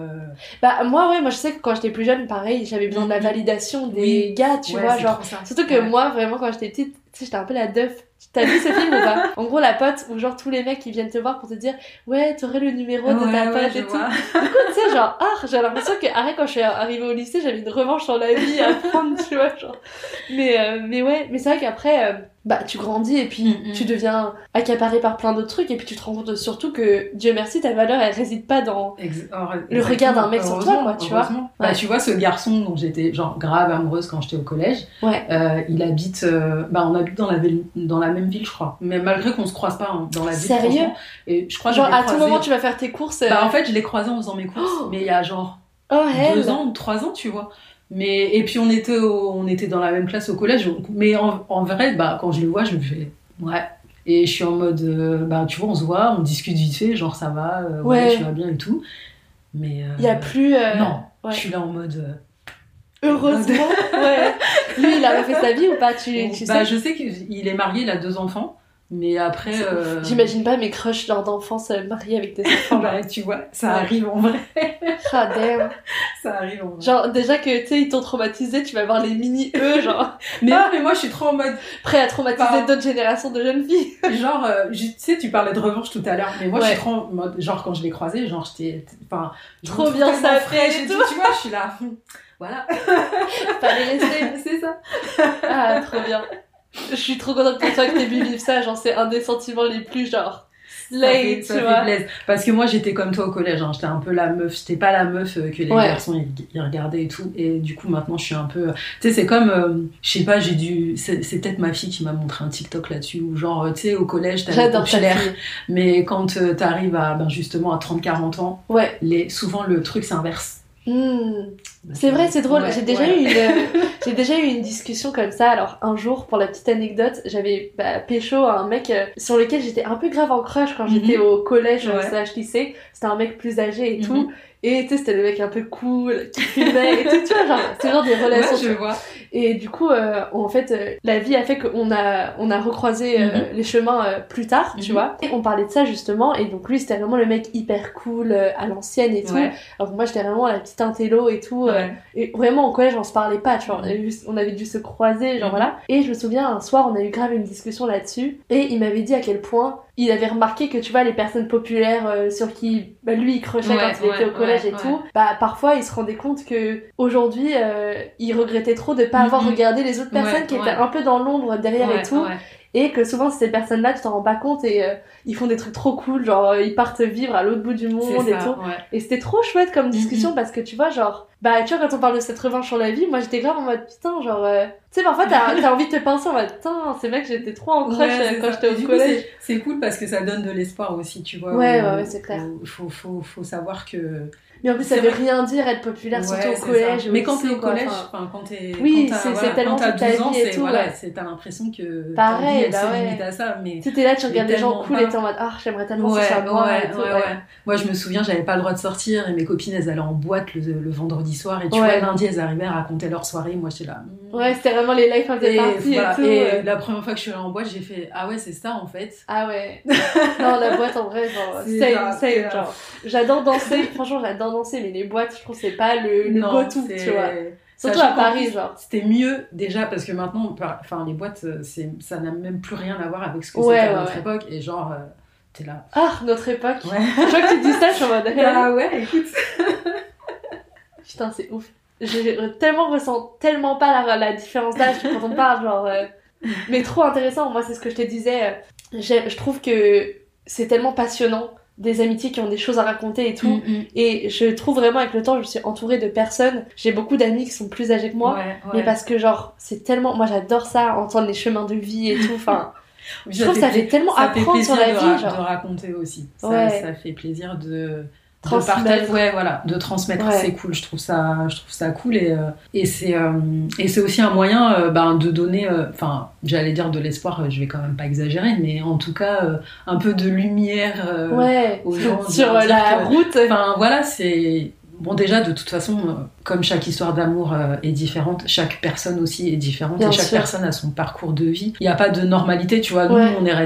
Moi, je sais que quand j'étais plus jeune, pareil, j'avais besoin de la validation des gars, tu vois, genre. Surtout que moi, vraiment, quand j'étais petite, tu sais, j'étais un peu la deuf. T'as vu ce film ou pas? En gros, la pote où genre tous les mecs ils viennent te voir pour te dire ouais, t'aurais le numéro de ta pote et tout. Du coup, tu sais, genre, j'ai l'impression que quand je suis arrivée au lycée, j'avais une revanche sur la vie à prendre, tu vois, genre. Mais c'est vrai qu'après, tu grandis et puis tu deviens accaparé par plein d'autres trucs et puis tu te rends compte surtout que, Dieu merci, ta valeur elle réside pas dans le regard d'un mec sur toi, quoi, tu vois. Tu vois, ce garçon dont j'étais genre grave amoureuse quand j'étais au collège, il habite, on habite dans la même ville, je crois. Mais malgré qu'on se croise pas dans la ville. Sérieux? Et je crois genre, à tout moment, tu vas faire tes courses. En fait, je l'ai croisé en faisant mes courses, mais il y a genre 2 ans ou 3 ans, tu vois. Et puis, on était dans la même classe au collège. Mais en vrai, quand je le vois, je me fais, ouais. Et je suis en mode, tu vois, on se voit, on discute vite fait, genre, ça va, tu vas bien et tout. Mais. Il y a plus. Non, je suis là en mode. Heureusement, Lui, il a refait sa vie ou pas, tu sais? Je sais qu'il est marié, il a 2 enfants, mais après... J'imagine pas mes crushs lors d'enfance mariés avec des enfants. Tu vois, ça arrive en vrai. Ah, damn. Ça arrive en vrai. Genre, déjà que, tu sais, ils t'ont traumatisé, tu vas voir les mini-eux, genre... mais moi, je suis trop en mode... Prêt à traumatiser d'autres générations de jeunes filles. Genre, tu sais, tu parlais de revanche tout à l'heure, mais moi, je suis trop en mode... Genre, quand je l'ai croisé, genre, j'étais... trop bien ça fraîche et tout. Tu vois, je suis là... Voilà. Fallait rester. C'est ça. Ah, trop bien. Je suis trop contente pour toi que t'aies pu vivre ça. Genre, c'est un des sentiments les plus, genre, slay, tu vois. Parce que moi, j'étais comme toi au collège. Hein. J'étais un peu la meuf. J'étais pas la meuf que les garçons, ils regardaient et tout. Et du coup, maintenant, je suis un peu... Tu sais, c'est comme... je sais pas, c'est peut-être ma fille qui m'a montré un TikTok là-dessus. Où genre, tu sais, au collège, t'as populaire. Mais quand t'arrives à, justement, à 30-40 ans, souvent, le truc s'inverse. C'est vrai, c'est drôle. J'ai déjà eu une discussion comme ça. Alors un jour, pour la petite anecdote, j'avais pécho un mec sur lequel j'étais un peu grave en crush quand j'étais au collège / lycée. C'était un mec plus âgé et tout. Et tu sais, c'était le mec un peu cool, qui fumait et tout, tu vois, genre, c'est genre des relations. Je vois. Et du coup, en fait, la vie a fait qu'on a recroisé les chemins plus tard, tu vois. Et on parlait de ça justement, et donc lui c'était vraiment le mec hyper cool à l'ancienne et tout. Alors que moi j'étais vraiment la petite intello et tout. Et vraiment au collège on se parlait pas, tu vois. On avait dû se croiser, genre voilà. Et je me souviens un soir on a eu grave une discussion là-dessus, et il m'avait dit à quel point il avait remarqué que tu vois les personnes populaires sur qui lui il crushait quand il était au collège et tout, bah parfois il se rendait compte que aujourd'hui il regrettait trop de pas avoir regardé les autres personnes qui étaient un peu dans l'ombre derrière et tout. Et que souvent ces personnes-là tu t'en rends pas compte et ils font des trucs trop cool, genre ils partent vivre à l'autre bout du monde et tout. Et c'était trop chouette comme discussion parce que tu vois genre bah tu vois quand on parle de cette revanche sur la vie, moi j'étais grave en mode putain genre tu sais parfois t'as envie de te pincer en mode putain c'est vrai que j'étais trop en crush quand j'étais au collège. C'est cool parce que ça donne de l'espoir aussi, tu vois. Ouais c'est clair. Faut savoir que mais en plus ça veut rien dire être populaire surtout au collège. Mais quand t'es au collège, enfin quand t'es tellement quand t'as 12 ans, et tout, t'as l'impression que pareil, ta vie elle se limite à ça, mais tu t'es là tu regardes les gens cool et t'es en mode ah j'aimerais tellement ça moi. Moi je me souviens j'avais pas le droit de sortir et mes copines elles allaient en boîte le vendredi soir et tu vois lundi elles arrivaient à raconter leur soirée, moi j'étais là c'était vraiment les life after party et tout. Et la première fois que je suis allée en boîte j'ai fait ah ouais c'est ça en fait. Ah ouais non la boîte en vrai genre same genre j'adore danser, franchement j'adore danser, mais les boîtes je trouve c'est pas le go-to tu vois. Surtout à Paris, genre. C'était mieux, déjà, parce que maintenant, enfin, les boîtes, ça n'a même plus rien à voir avec ce que c'était à notre époque. Et genre, t'es là. Ah, notre époque. Je crois que tu dis ça, je suis en mode. Ah ouais, écoute. Putain, c'est ouf. Ressens tellement pas la différence d'âge quand on parle, genre. Mais trop intéressant. Moi, c'est ce que je te disais. Je trouve que c'est tellement passionnant. Des amitiés qui ont des choses à raconter et tout. Et je trouve vraiment avec le temps, je me suis entourée de personnes. J'ai beaucoup d'amis qui sont plus âgés que moi. Mais parce que genre, c'est tellement... Moi, j'adore ça, entendre les chemins de vie et tout. Enfin, je trouve que ça fait tellement apprendre sur la vie. De raconter aussi. Ça fait plaisir de transmettre. De transmettre. C'est cool. Je trouve ça cool et c'est aussi un moyen de donner, enfin, j'allais dire de l'espoir, je vais quand même pas exagérer, mais en tout cas, un peu de lumière aux gens. Sur la route. Enfin, voilà, c'est... Bon, déjà, de toute façon, comme chaque histoire d'amour est différente, chaque personne aussi est différente. Bien et chaque personne a son parcours de vie. Il n'y a pas de normalité, tu vois. Nous,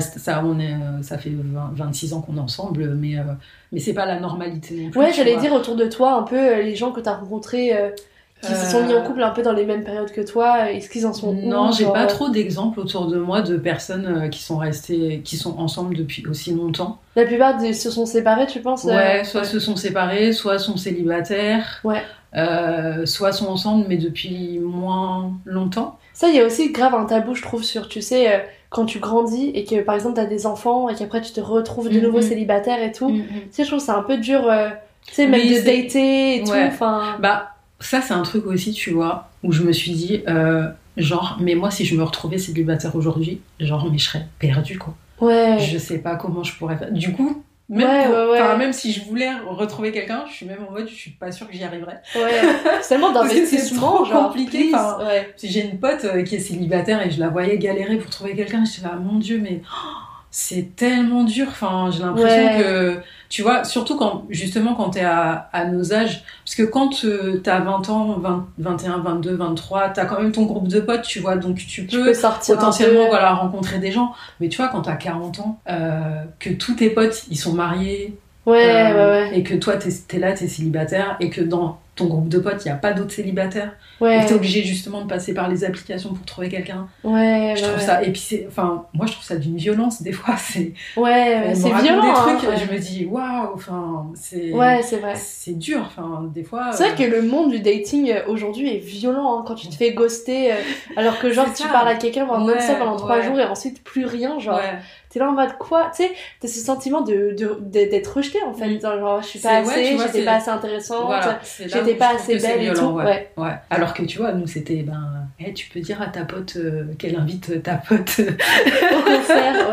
ça fait 26 ans qu'on est ensemble, mais c'est pas la normalité non plus. Ouais, j'allais dire autour de toi, un peu, les gens que t'as rencontrés... qui se sont mis en couple un peu dans les mêmes périodes que toi, est-ce qu'ils en sont où? Non, j'ai pas trop d'exemples autour de moi de personnes qui sont ensemble depuis aussi longtemps. La plupart se sont séparés, tu penses? Soit se sont séparés, soit sont célibataires, soit sont ensemble mais depuis moins longtemps. Ça, il y a aussi grave un tabou, je trouve, sur, tu sais, quand tu grandis et que par exemple t'as des enfants et qu'après tu te retrouves de nouveau célibataire et tout. Tu sais, je trouve que c'est un peu dur, tu sais, même de dater et tout, enfin... Ça, c'est un truc aussi, tu vois, où je me suis dit, mais moi, si je me retrouvais célibataire aujourd'hui, mais je serais perdue, quoi. Ouais. Je sais pas comment je pourrais faire. Du coup, même si je voulais retrouver quelqu'un, je suis même en mode, je suis pas sûre que j'y arriverais. Ouais. C'est tellement d'investissement, c'est trop compliqué. Si j'ai une pote qui est célibataire et je la voyais galérer pour trouver quelqu'un, j'étais là, mon Dieu, mais... c'est tellement dur, enfin j'ai l'impression que tu vois, surtout quand t'es à nos âges, parce que quand t'as 20 ans, 21, 22, 23, t'as quand même ton groupe de potes, tu vois, donc tu peux sortir potentiellement rencontrer des gens, mais tu vois quand t'as 40 ans, que tous tes potes ils sont mariés, et que toi t'es là, t'es célibataire, et que dans ton groupe de potes, il n'y a pas d'autres célibataires. Et t'es obligé justement de passer par les applications pour trouver quelqu'un. Je trouve ça... Et puis moi je trouve ça d'une violence, des fois. C'est violent. Des trucs, je me dis, waouh, enfin, c'est... Ouais, c'est vrai. C'est dur, enfin, des fois... C'est vrai que le monde du dating aujourd'hui est violent, hein, quand tu te fais ghoster, alors que genre tu parles à quelqu'un pendant ça pendant 3 jours et ensuite plus rien, genre... T'es là en mode quoi, tu sais, t'as ce sentiment d'être rejeté en fait, genre je suis pas assez, j'étais pas assez intéressante, j'étais pas assez belle et tout. Alors que tu vois, nous c'était tu peux dire à ta pote qu'elle invite ta pote au concert,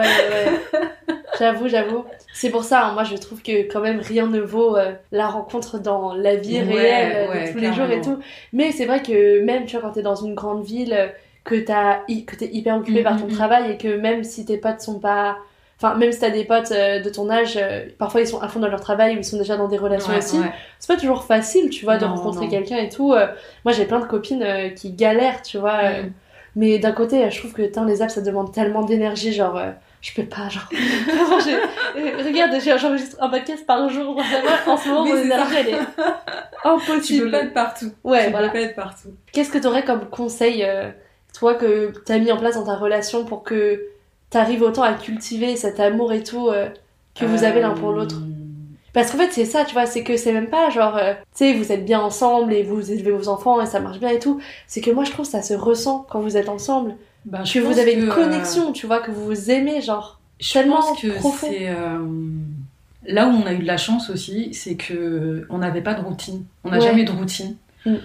J'avoue. C'est pour ça, hein, moi je trouve que quand même rien ne vaut la rencontre dans la vie réelle de tous les jours et tout. Mais c'est vrai que même tu vois quand t'es dans une grande ville, que t'es hyper occupé par ton travail et que même si tes potes sont pas Enfin, même si t'as des potes de ton âge, parfois ils sont à fond dans leur travail ou ils sont déjà dans des relations aussi. Ouais. C'est pas toujours facile, tu vois, de rencontrer quelqu'un et tout. Moi, j'ai plein de copines qui galèrent, tu vois. Mais d'un côté, je trouve que les apps, ça demande tellement d'énergie, genre... je peux pas, genre... Regarde, j'enregistre un podcast par jour. Vraiment, en ce moment, mon énergie, elle est impossible. Tu peux pas être partout. Ouais, tu peux pas être partout. Qu'est-ce que t'aurais comme conseil, toi, que t'as mis en place dans ta relation pour que t'arrives autant à cultiver cet amour et tout que vous avez l'un pour l'autre? Parce qu'en fait, c'est ça, tu vois, c'est que c'est même pas genre, tu sais, vous êtes bien ensemble et vous élevez vos enfants et ça marche bien et tout. C'est que moi, je trouve que ça se ressent quand vous êtes ensemble. Que vous avez une connexion, tu vois, que vous vous aimez, genre, tellement profond. C'est, là où on a eu de la chance aussi, c'est que on n'avait pas de routine. On n'a jamais eu de routine.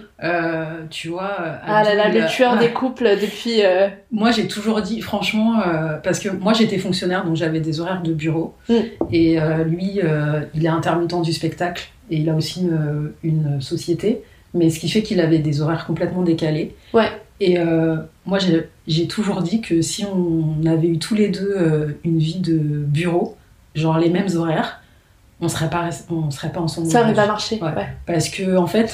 Tu vois, le tueur des couples depuis... Moi j'ai toujours dit franchement parce que moi j'étais fonctionnaire donc j'avais des horaires de bureau et lui il est intermittent du spectacle et il a aussi une société mais ce qui fait qu'il avait des horaires complètement décalés et moi j'ai toujours dit que si on avait eu tous les deux une vie de bureau genre les mêmes horaires on serait pas ensemble. Ça aurait pas marché. Parce que en fait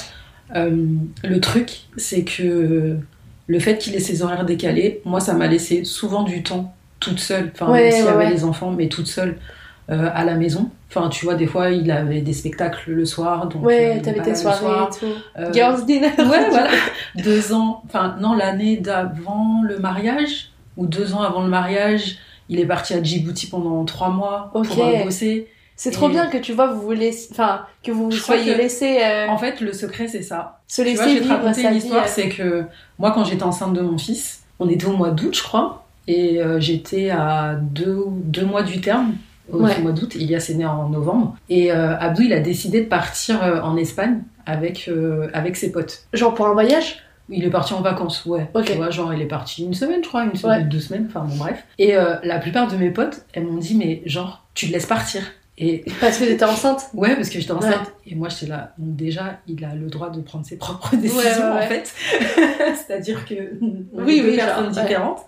le truc, c'est que le fait qu'il ait ses horaires décalés, moi, ça m'a laissé souvent du temps toute seule. Enfin, même s'il y avait les enfants, mais toute seule à la maison. Enfin, tu vois, des fois, il avait des spectacles le soir. Donc, t'avais tes soirées et tout. Girls' dinner. Voilà. 2 ans, enfin, non, l'année d'avant le mariage, ou 2 ans avant le mariage, il est parti à Djibouti pendant 3 mois pour bosser. C'est trop bien que tu vois, que vous soyez laissés... En fait, le secret, c'est ça. Se laisser vivre. Je vais te raconter une histoire, c'est que moi, quand j'étais enceinte de mon fils, on était au mois d'août, je crois, et j'étais à 2 mois du terme, au mois d'août. Ilias est né en novembre. Et Abdou, il a décidé de partir en Espagne avec ses potes. Genre pour un voyage ? Il est parti en vacances, Tu vois, genre, il est parti 1 semaine, je crois, 1 semaine, 2 semaines, enfin bon, bref. Et la plupart de mes potes, elles m'ont dit, mais genre, tu le laisses partir. Et... Parce que t'étais enceinte ? Ouais, parce que j'étais enceinte. Et moi, j'étais là. Donc déjà, il a le droit de prendre ses propres décisions, en fait. C'est-à-dire que on est deux personnes différentes.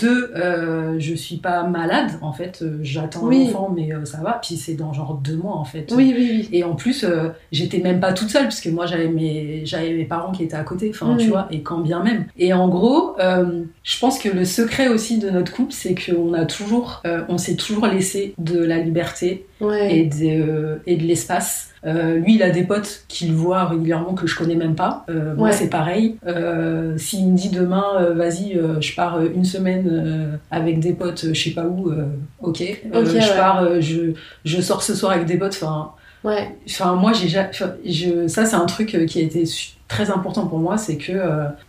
2, je suis pas malade, en fait. J'attends un enfant, mais ça va. Puis c'est dans genre 2 mois, en fait. Oui. Et en plus, j'étais même pas toute seule, parce que moi, j'avais mes parents qui étaient à côté. Enfin, tu vois, et quand bien même. Et en gros, je pense que le secret aussi de notre couple, c'est qu'on a toujours, on s'est toujours laissé de la liberté. Et de l'espace. Lui, il a des potes qu'il voit régulièrement que je connais même pas. Moi, c'est pareil. S'il me dit demain, vas-y, je pars 1 semaine avec des potes, je sais pas où, je pars, je sors ce soir avec des potes. Enfin, moi, ça, c'est un truc qui a été très important pour moi, c'est que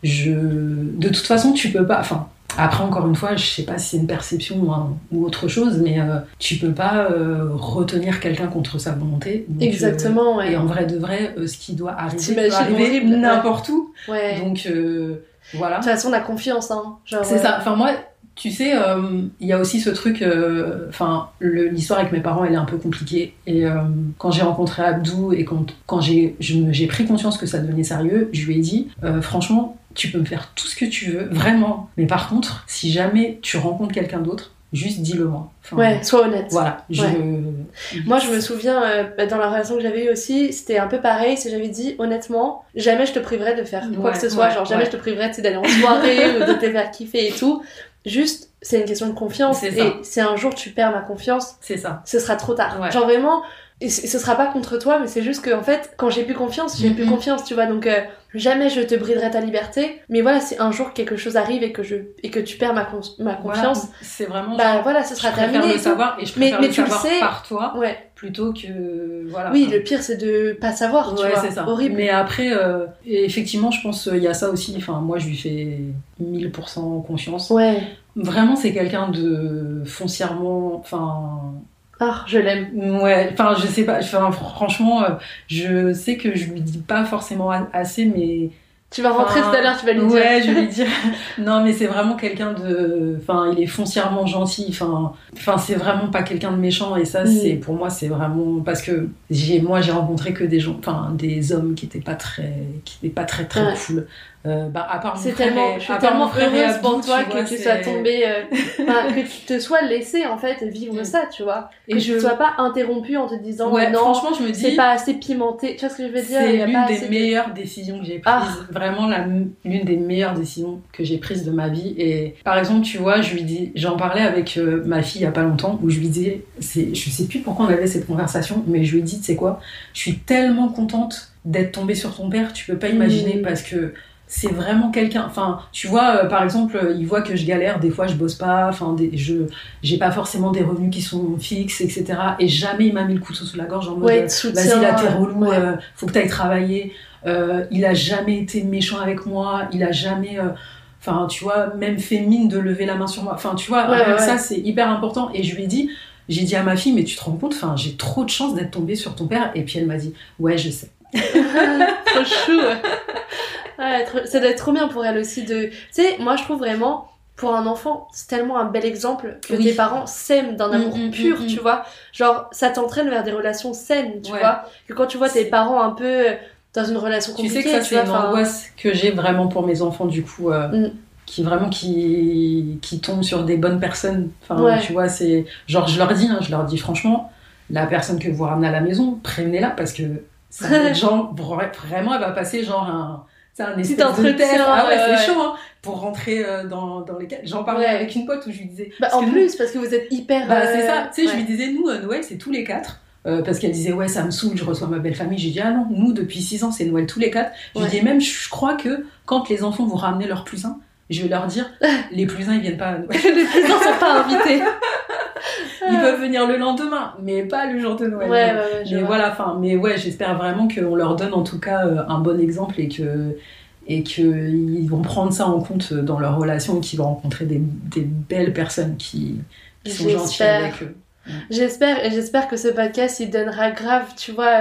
de toute façon, tu peux pas. Enfin, après, encore une fois, je sais pas si c'est une perception ou autre chose, mais tu peux pas retenir quelqu'un contre sa volonté. Donc, exactement, Et en vrai de vrai, ce qui doit arriver peut arriver n'importe où. Donc, voilà. De toute façon, la confiance, hein. Genre, c'est ça. Enfin, moi, tu sais, il y a aussi ce truc... l'histoire avec mes parents, elle est un peu compliquée. Et quand j'ai rencontré Abdou et quand j'ai pris conscience que ça devenait sérieux, je lui ai dit, franchement... Tu peux me faire tout ce que tu veux, vraiment. Mais par contre, si jamais tu rencontres quelqu'un d'autre, juste dis-le-moi. Enfin, sois honnête. Voilà. Moi, je me souviens, dans la relation que j'avais eue aussi, c'était un peu pareil. Si j'avais dit, honnêtement, jamais je te priverais de faire quoi que ce soit. Genre, jamais je te priverais d'aller en soirée ou de te faire kiffer et tout. Juste, c'est une question de confiance. Et si un jour tu perds ma confiance, c'est ça. Ce sera trop tard. Genre vraiment... Et ce sera pas contre toi, mais c'est juste que, en fait, quand j'ai plus confiance, j'ai plus confiance, tu vois. Donc, jamais je te briderai ta liberté. Mais voilà, si un jour quelque chose arrive et que tu perds ma confiance, voilà, c'est vraiment. Ce sera terminé. Je préfère le savoir et je préfère le savoir par toi, plutôt que voilà. Oui, le pire c'est de pas savoir, tu vois. C'est ça. Horrible. Mais après, effectivement, je pense il y a ça aussi. Enfin, moi, je lui fais 1000% confiance. Vraiment, c'est quelqu'un de foncièrement, Ah, je l'aime. Je sais pas. Franchement, je sais que je lui dis pas forcément assez, mais... Tu vas rentrer tout à l'heure, tu vas lui dire. Ouais, je vais lui dire. Non, mais c'est vraiment quelqu'un de... il est foncièrement gentil. C'est vraiment pas quelqu'un de méchant. Et ça, pour moi, c'est vraiment... Parce que j'ai rencontré que des gens... des hommes qui étaient pas très cool À part mon c'est frère tellement, et, je suis tellement heureuse pour toi que tu sois tombée, que tu te sois laissé en fait vivre ça, tu vois, et que tu sois pas interrompue en te disant non, franchement je me dis c'est pas assez pimenté, tu vois ce que je veux dire, c'est l'une des meilleures décisions que j'ai prises, vraiment l'une des meilleures décisions que j'ai prises de ma vie. Et par exemple tu vois, j'en parlais avec ma fille il y a pas longtemps, où je lui disais, je sais plus pourquoi on avait cette conversation, mais je lui ai dit, tu sais quoi, je suis tellement contente d'être tombée sur ton père, tu peux pas imaginer, parce que c'est vraiment quelqu'un, enfin tu vois, par exemple il voit que je galère, des fois je bosse pas, enfin j'ai pas forcément des revenus qui sont fixes, etc., et jamais il m'a mis le couteau sous la gorge en mode vas-y là t'es relou, faut que t'ailles travailler. Il a jamais été méchant avec moi, il a jamais enfin tu vois, même fait mine de lever la main sur moi, enfin tu vois, ça c'est hyper important. Et je lui ai dit, j'ai dit à ma fille, mais tu te rends compte, enfin j'ai trop de chance d'être tombée sur ton père. Et puis elle m'a dit, ouais je sais. Trop chou. Ça doit être trop bien pour elle aussi de... Tu sais, moi je trouve vraiment, pour un enfant, c'est tellement un bel exemple que tes parents s'aiment d'un amour pur, tu vois. Genre, ça t'entraîne vers des relations saines, tu vois. Que quand tu vois tes parents un peu dans une relation compliquée... Tu sais que ça, c'est une angoisse que j'ai vraiment pour mes enfants, du coup, qui tombent sur des bonnes personnes. Enfin, tu vois, c'est... Genre, je leur dis franchement, la personne que vous ramenez à la maison, prévenez-la, parce que ça va être genre... Vraiment, elle va passer genre un espèce de test. C'est chaud, hein, pour rentrer dans les cas. J'en parlais avec une pote où je lui disais... parce que vous êtes hyper... c'est ça, tu sais, je lui disais, nous, Noël, c'est tous les 4. Parce qu'elle disait, ouais, ça me saoule, je reçois ma belle famille. J'ai dit, ah non, nous, depuis 6 ans, c'est Noël tous les 4. Je lui dis, même, je crois que quand les enfants vont ramener leur plus 1, je vais leur dire, les plus 1, ils viennent pas à Noël. Les plus 1 sont pas invités. Ils peuvent venir le lendemain, mais pas le jour de Noël. Mais voilà, mais ouais, j'espère vraiment qu'on leur donne en tout cas un bon exemple, et qu'ils vont prendre ça en compte dans leur relation, et qu'ils vont rencontrer des belles personnes qui sont gentilles avec eux. J'espère que ce podcast il donnera grave, tu vois,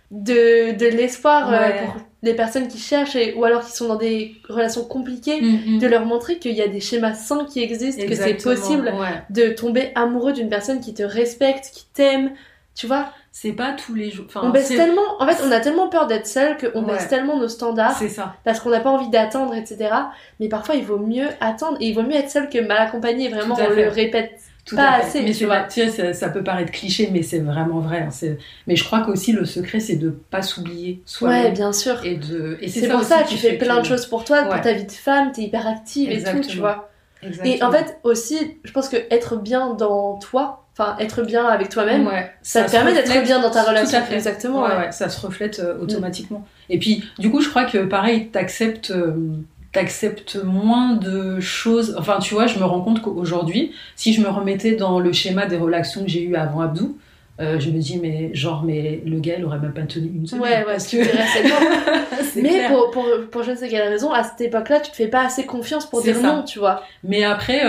de l'espoir pour les personnes qui cherchent ou alors qui sont dans des relations compliquées, de leur montrer qu'il y a des schémas sains qui existent. Exactement, que c'est possible de tomber amoureux d'une personne qui te respecte, qui t'aime, tu vois. C'est pas tous les jours. On baisse tellement, en fait, on a tellement peur d'être seul qu'on baisse tellement nos standards. C'est ça. Parce qu'on n'a pas envie d'attendre, etc. Mais parfois, il vaut mieux attendre et il vaut mieux être seul que mal accompagné. Vraiment, on le répète. Pas assez, mais tu vois, ça peut paraître cliché, mais c'est vraiment vrai. Mais je crois qu'aussi le secret, c'est de pas s'oublier soi-même. Ouais, bien sûr. Et c'est pour ça que tu fais plein de choses pour toi, pour ta vie de femme, t'es hyper active. Exactement. Et tout, tu vois. Exactement. Et en fait, aussi, je pense que être bien dans toi, enfin être bien avec toi-même, ça te permet d'être bien dans ta relation. Exactement. Ouais, ça se reflète automatiquement. Et puis, du coup, je crois que pareil, t'acceptes moins de choses. Enfin, tu vois, je me rends compte qu'aujourd'hui, si je me remettais dans le schéma des relations que j'ai eues avant Abdou, je me dis, mais le gars, il aurait même pas tenu une semaine. Parce que... mais pour je ne sais quelle raison, à cette époque-là, tu te fais pas assez confiance pour dire non, tu vois. Mais après,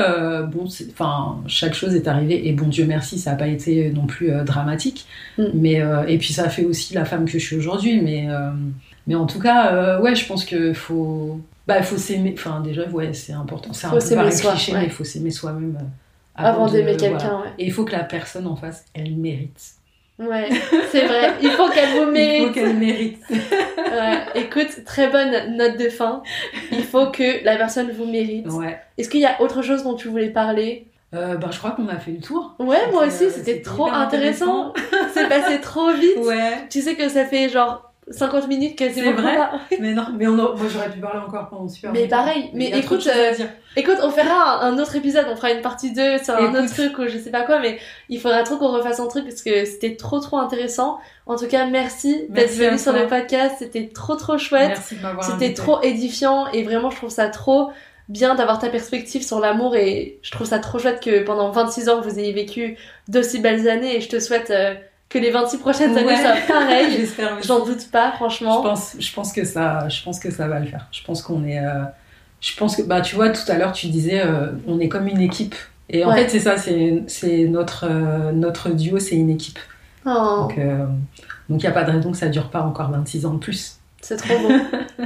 chaque chose est arrivée, et bon, Dieu merci, ça a pas été non plus dramatique. Mais, et puis ça a fait aussi la femme que je suis aujourd'hui. Mais en tout cas, je pense que faut s'aimer. Enfin, déjà, c'est important. C'est un peu pareil cliché, mais il faut s'aimer soi-même avant d'aimer quelqu'un. Et il faut que la personne en face, elle mérite. Ouais, c'est vrai. Il faut qu'elle vous mérite. Il faut qu'elle mérite. Écoute, très bonne note de fin. Il faut que la personne vous mérite. Ouais. Est-ce qu'il y a autre chose dont tu voulais parler ? Je crois qu'on a fait le tour. Ouais, moi aussi, c'était trop intéressant. C'est passé trop vite. Ouais. Tu sais que ça fait genre 50 minutes quasiment. C'est vrai. Mais non, moi j'aurais pu parler encore pendant super longtemps. Mais pareil, mais écoute, on fera un autre épisode, on fera une partie 2 sur un autre truc ou je sais pas quoi, mais il faudra trop qu'on refasse un truc parce que c'était trop intéressant. En tout cas, merci d'être venu sur le podcast, c'était trop chouette. Merci de m'avoir invité. C'était trop édifiant et vraiment je trouve ça trop bien d'avoir ta perspective sur l'amour et je trouve ça trop chouette que pendant 26 ans vous ayez vécu d'aussi belles années et je te souhaite que les 26 prochaines années soient pareilles. J'espère aussi. J'en doute pas, franchement. Je pense que ça va le faire. Je pense qu'on est je pense que tu vois, tout à l'heure tu disais on est comme une équipe et en fait c'est ça, c'est notre duo, c'est une équipe. Donc il y a pas de raison que ça dure pas encore 26 ans de plus. C'est trop beau.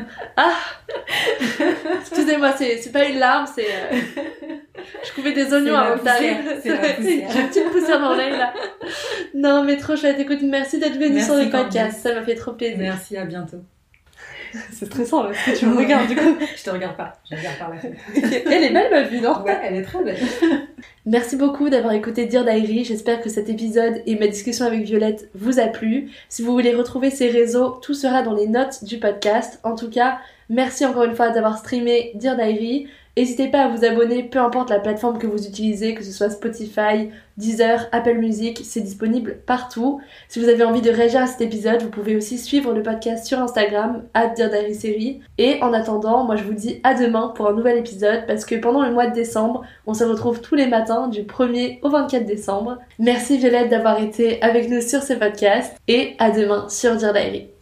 Excusez-moi, c'est pas une larme, c'est je coupais des oignons avant que t'arrives. C'est la poussière. J'ai une petite poussière dans l'œil là. Non mais trop chouette, écoute, merci d'être venue sur le podcast, ça m'a fait trop plaisir. Merci, à bientôt. C'est stressant, parce que tu me regardes, du coup. Je te regarde pas, je regarde par la fenêtre. Elle est belle, ma vue, non? Ouais, elle est très belle. Merci beaucoup d'avoir écouté Dear Diary. J'espère que cet épisode et ma discussion avec Violette vous a plu. Si vous voulez retrouver ses réseaux, tout sera dans les notes du podcast. En tout cas, merci encore une fois d'avoir streamé Dear Diary. N'hésitez pas à vous abonner, peu importe la plateforme que vous utilisez, que ce soit Spotify, Deezer, Apple Music, c'est disponible partout. Si vous avez envie de réagir à cet épisode, vous pouvez aussi suivre le podcast sur Instagram, @DearDiarySeries. Et en attendant, moi je vous dis à demain pour un nouvel épisode, parce que pendant le mois de décembre, on se retrouve tous les matins du 1er au 24 décembre. Merci Violette d'avoir été avec nous sur ce podcast, et à demain sur Dear Diary.